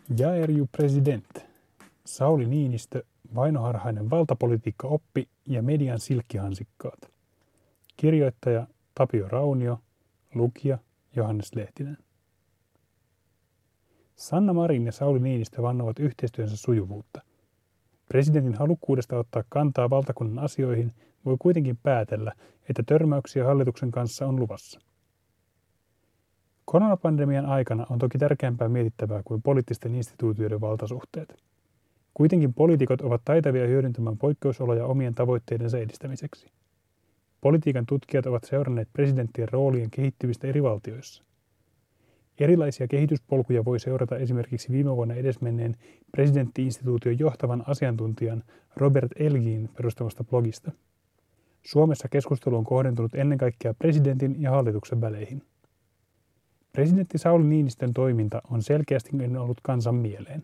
Jair ju president. Sauli Niinistö, vainoharhainen valtapolitiikkaoppi ja median silkkihansikkaat. Kirjoittaja Tapio Raunio, lukija Johannes Lehtinen. Sanna Marin ja Sauli Niinistö vannovat yhteistyönsä sujuvuutta. Presidentin halukkuudesta ottaa kantaa valtakunnan asioihin voi kuitenkin päätellä, että törmäyksiä hallituksen kanssa on luvassa. Koronapandemian aikana on toki tärkeämpää mietittävää kuin poliittisten instituutioiden valtasuhteet. Kuitenkin poliitikot ovat taitavia hyödyntämään poikkeusoloja omien tavoitteidensa edistämiseksi. Politiikan tutkijat ovat seuranneet presidenttien roolien kehittymistä eri valtioissa. Erilaisia kehityspolkuja voi seurata esimerkiksi viime vuonna edesmenneen presidentti-instituution johtavan asiantuntijan Robert Elgin perustamasta blogista. Suomessa keskustelu on kohdentunut ennen kaikkea presidentin ja hallituksen väleihin. Presidentti Sauli Niinistön toiminta on selkeästi ollut kansan mieleen.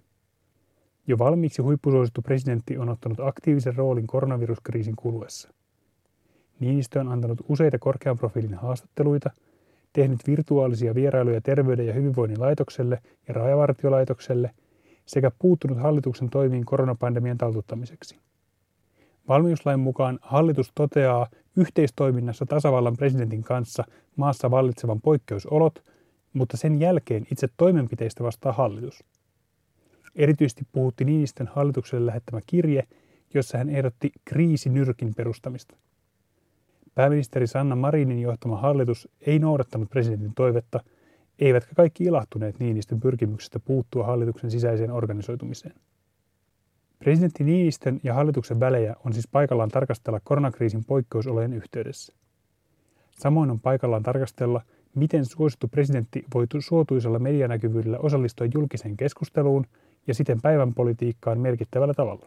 Jo valmiiksi huippusuosittu presidentti on ottanut aktiivisen roolin koronaviruskriisin kuluessa. Niinistö on antanut useita korkean profiilin haastatteluita, tehnyt virtuaalisia vierailuja Terveyden ja hyvinvoinnin laitokselle ja Rajavartiolaitokselle sekä puuttunut hallituksen toimiin koronapandemian taltuttamiseksi. Valmiuslain mukaan hallitus toteaa yhteistoiminnassa tasavallan presidentin kanssa maassa vallitsevan poikkeusolot, mutta sen jälkeen itse toimenpiteistä vastaa hallitus. Erityisesti puhutti Niinistön hallitukselle lähettämä kirje, jossa hän ehdotti kriisinyrkin perustamista. Pääministeri Sanna Marinin johtama hallitus ei noudattanut presidentin toivetta, eivätkä kaikki ilahtuneet Niinistön pyrkimyksestä puuttua hallituksen sisäiseen organisoitumiseen. Presidentti Niinistön ja hallituksen välejä on siis paikallaan tarkastella koronakriisin poikkeusolojen yhteydessä. Samoin on paikallaan tarkastella, miten suosittu presidentti voi suotuisella medianäkyvyydellä osallistua julkiseen keskusteluun ja siten päivän politiikkaan merkittävällä tavalla.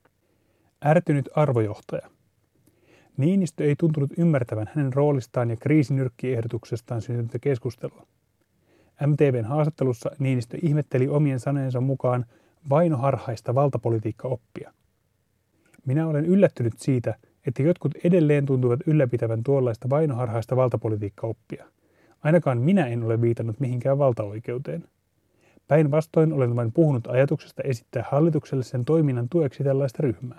Ärtynyt arvojohtaja. Niinistö ei tuntunut ymmärtävän hänen roolistaan ja kriisinyrkkiehdotuksestaan syntynyttä keskustelua. MTV:n haastattelussa Niinistö ihmetteli omien sanojensa mukaan vainoharhaista valtapolitiikkaoppia. Minä olen yllättynyt siitä, että jotkut edelleen tuntuvat ylläpitävän tuollaista vainoharhaista valtapolitiikkaoppia. Ainakaan minä en ole viitannut mihinkään valtaoikeuteen. Päinvastoin olen vain puhunut ajatuksesta esittää hallitukselle sen toiminnan tueksi tällaista ryhmää.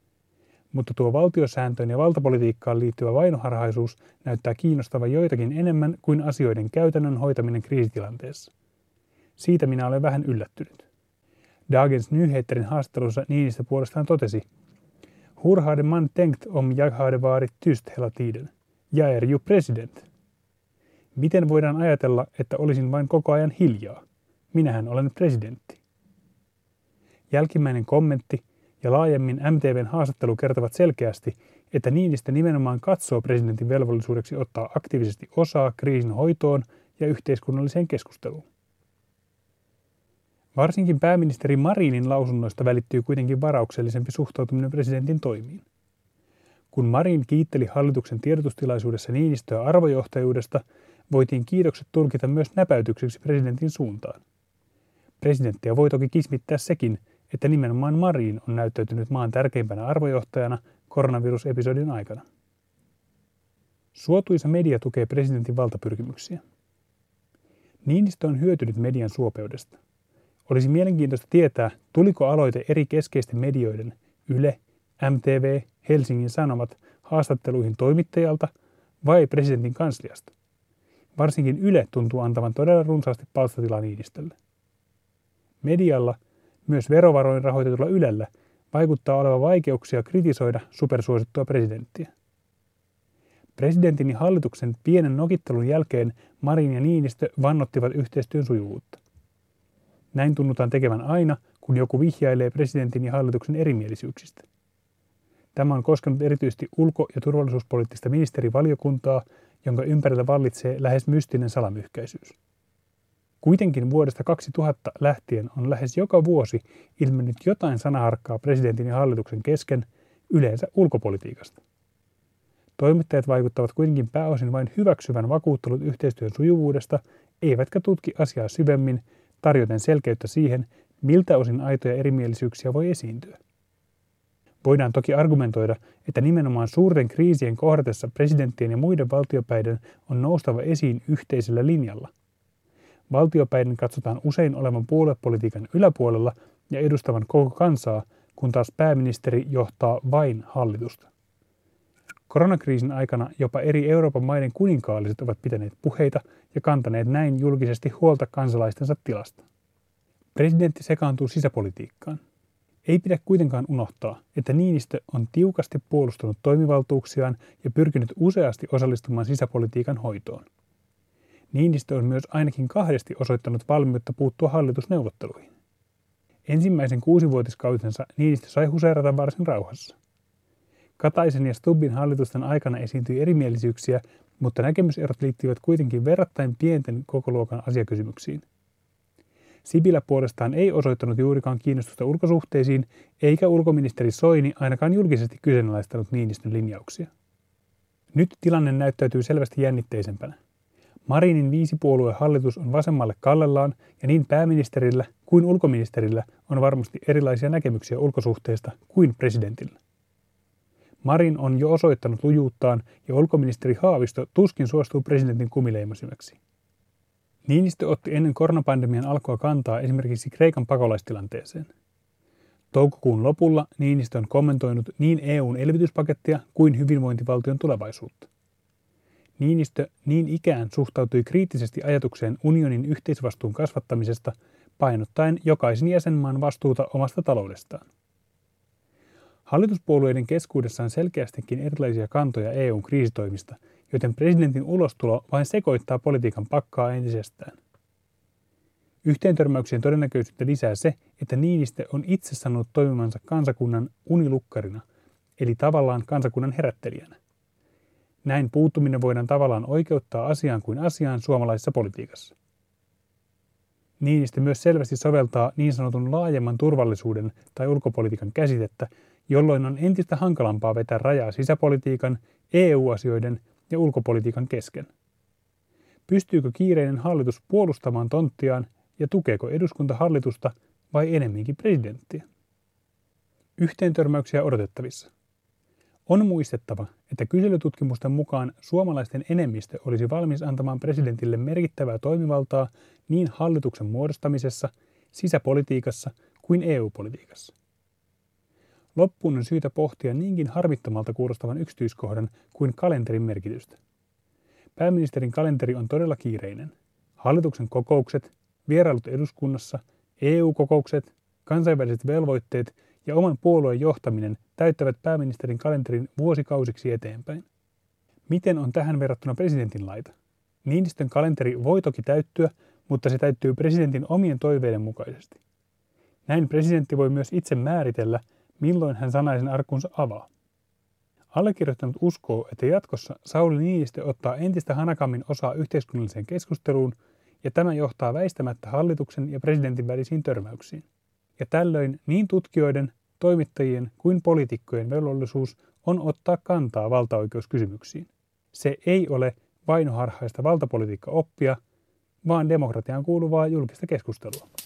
Mutta tuo valtiosääntöön ja valtapolitiikkaan liittyvä vainoharhaisuus näyttää kiinnostavan joitakin enemmän kuin asioiden käytännön hoitaminen kriisitilanteessa. Siitä minä olen vähän yllättynyt. Dagens Nyheterin haastattelussa Niinistö puolestaan totesi: Hur hade man tänkt om jag hade varit tyst hela tiden? Jag är ju president. Miten voidaan ajatella, että olisin vain koko ajan hiljaa? Minähän olen presidentti. Jälkimmäinen kommentti ja laajemmin MTV:n haastattelu kertovat selkeästi, että Niinistö nimenomaan katsoo presidentin velvollisuudeksi ottaa aktiivisesti osaa kriisin hoitoon ja yhteiskunnalliseen keskusteluun. Varsinkin pääministeri Marinin lausunnoista välittyy kuitenkin varauksellisempi suhtautuminen presidentin toimiin. Kun Marin kiitteli hallituksen tiedotustilaisuudessa Niinistöä arvojohtajuudesta, voitiin kiitokset tulkita myös näpäytykseksi presidentin suuntaan. Presidenttiä voi toki kismittää sekin, että nimenomaan Marin on näyttäytynyt maan tärkeimpänä arvojohtajana koronavirusepisodin aikana. Suotuisa media tukee presidentin valtapyrkimyksiä. Niinistö on hyötynyt median suopeudesta. Olisi mielenkiintoista tietää, tuliko aloite eri keskeisten medioiden Yle, MTV, Helsingin Sanomat haastatteluihin toimittajalta vai presidentin kansliasta. Varsinkin Yle tuntuu antavan todella runsaasti palstatilaa Niinistölle. Medialla, myös verovaroin rahoitetulla Ylellä, vaikuttaa olevan vaikeuksia kritisoida supersuosittua presidenttiä. Presidentin ja hallituksen pienen nokittelun jälkeen Marin ja Niinistö vannottivat yhteistyön sujuvuutta. Näin tunnutaan tekevän aina, kun joku vihjailee presidentin ja hallituksen erimielisyyksistä. Tämä on koskenut erityisesti ulko- ja turvallisuuspoliittista ministerivaliokuntaa, jonka ympärillä vallitsee lähes mystinen salamyhkäisyys. Kuitenkin vuodesta 2000 lähtien on lähes joka vuosi ilmennyt jotain sanaharkkaa presidentin ja hallituksen kesken, yleensä ulkopolitiikasta. Toimittajat vaikuttavat kuitenkin pääosin vain hyväksyvän vakuuttelut yhteistyön sujuvuudesta, eivätkä tutki asiaa syvemmin, tarjoten selkeyttä siihen, miltä osin aitoja erimielisyyksiä voi esiintyä. Voidaan toki argumentoida, että nimenomaan suurten kriisien kohdatessa presidenttien ja muiden valtiopäiden on noustava esiin yhteisellä linjalla. Valtiopäiden katsotaan usein olevan puoluepolitiikan yläpuolella ja edustavan koko kansaa, kun taas pääministeri johtaa vain hallitusta. Koronakriisin aikana jopa eri Euroopan maiden kuninkaalliset ovat pitäneet puheita ja kantaneet näin julkisesti huolta kansalaistensa tilasta. Presidentti sekaantuu sisäpolitiikkaan. Ei pidä kuitenkaan unohtaa, että Niinistö on tiukasti puolustanut toimivaltuuksiaan ja pyrkinyt useasti osallistumaan sisäpolitiikan hoitoon. Niinistö on myös ainakin 2 osoittanut valmiutta puuttua hallitusneuvotteluihin. Ensimmäisen 6-vuotiskautensa Niinistö sai huseerata varsin rauhassa. Kataisen ja Stubbin hallitusten aikana esiintyi erimielisyyksiä, mutta näkemyserot liittyivät kuitenkin verrattain pienten kokoluokan asiakysymyksiin. Sipilä puolestaan ei osoittanut juurikaan kiinnostusta ulkosuhteisiin, eikä ulkoministeri Soini ainakaan julkisesti kyseenalaistanut Niinistön linjauksia. Nyt tilanne näyttäytyy selvästi jännitteisempänä. Marinin 5-puoluehallitus on vasemmalle kallellaan ja niin pääministerillä kuin ulkoministerillä on varmasti erilaisia näkemyksiä ulkosuhteista kuin presidentillä. Marin on jo osoittanut lujuuttaan ja ulkoministeri Haavisto tuskin suostuu presidentin kumileimasimeksi. Niinistö otti ennen koronapandemian alkua kantaa esimerkiksi Kreikan pakolaistilanteeseen. Toukokuun lopulla Niinistö on kommentoinut niin EUn elvytyspakettia kuin hyvinvointivaltion tulevaisuutta. Niinistö niin ikään suhtautui kriittisesti ajatukseen unionin yhteisvastuun kasvattamisesta, painottaen jokaisen jäsenmaan vastuuta omasta taloudestaan. Hallituspuolueiden keskuudessa on selkeästikin erilaisia kantoja EUn kriisitoimista, joten presidentin ulostulo vain sekoittaa politiikan pakkaa entisestään. Yhteentörmäyksien todennäköisyyttä lisää se, että Niinistö on itse sanonut toimimansa kansakunnan unilukkarina, eli tavallaan kansakunnan herättelijänä. Näin puuttuminen voidaan tavallaan oikeuttaa asiaan kuin asiaan suomalaisessa politiikassa. Niinistö myös selvästi soveltaa niin sanotun laajemman turvallisuuden tai ulkopolitiikan käsitettä, jolloin on entistä hankalampaa vetää rajaa sisäpolitiikan, EU-asioiden ja ulkopolitiikan kesken. Pystyykö kiireinen hallitus puolustamaan tonttiaan ja tukeeko eduskunta hallitusta vai enemminkin presidenttiä? Yhteentörmäyksiä odotettavissa. On muistettava, että kyselytutkimusten mukaan suomalaisten enemmistö olisi valmis antamaan presidentille merkittävää toimivaltaa niin hallituksen muodostamisessa, sisäpolitiikassa kuin EU-politiikassa. Loppuun on syytä pohtia niinkin harmittomalta kuulostavan yksityiskohdan kuin kalenterin merkitystä. Pääministerin kalenteri on todella kiireinen. Hallituksen kokoukset, vierailut eduskunnassa, EU-kokoukset, kansainväliset velvoitteet ja oman puolueen johtaminen täyttävät pääministerin kalenterin vuosikausiksi eteenpäin. Miten on tähän verrattuna presidentin laita? Niinistön kalenteri voi toki täyttyä, mutta se täyttyy presidentin omien toiveiden mukaisesti. Näin presidentti voi myös itse määritellä, milloin hän sanaisen arkkunsa avaa. Allekirjoittanut uskoo, että jatkossa Sauli Niinistö ottaa entistä hanakammin osaa yhteiskunnalliseen keskusteluun, ja tämä johtaa väistämättä hallituksen ja presidentin välisiin törmäyksiin. Ja tällöin niin tutkijoiden, toimittajien kuin poliitikkojen velvollisuus on ottaa kantaa valtaoikeuskysymyksiin. Se ei ole vainoharhaista valtapolitiikka-oppia, vaan demokratiaan kuuluvaa julkista keskustelua.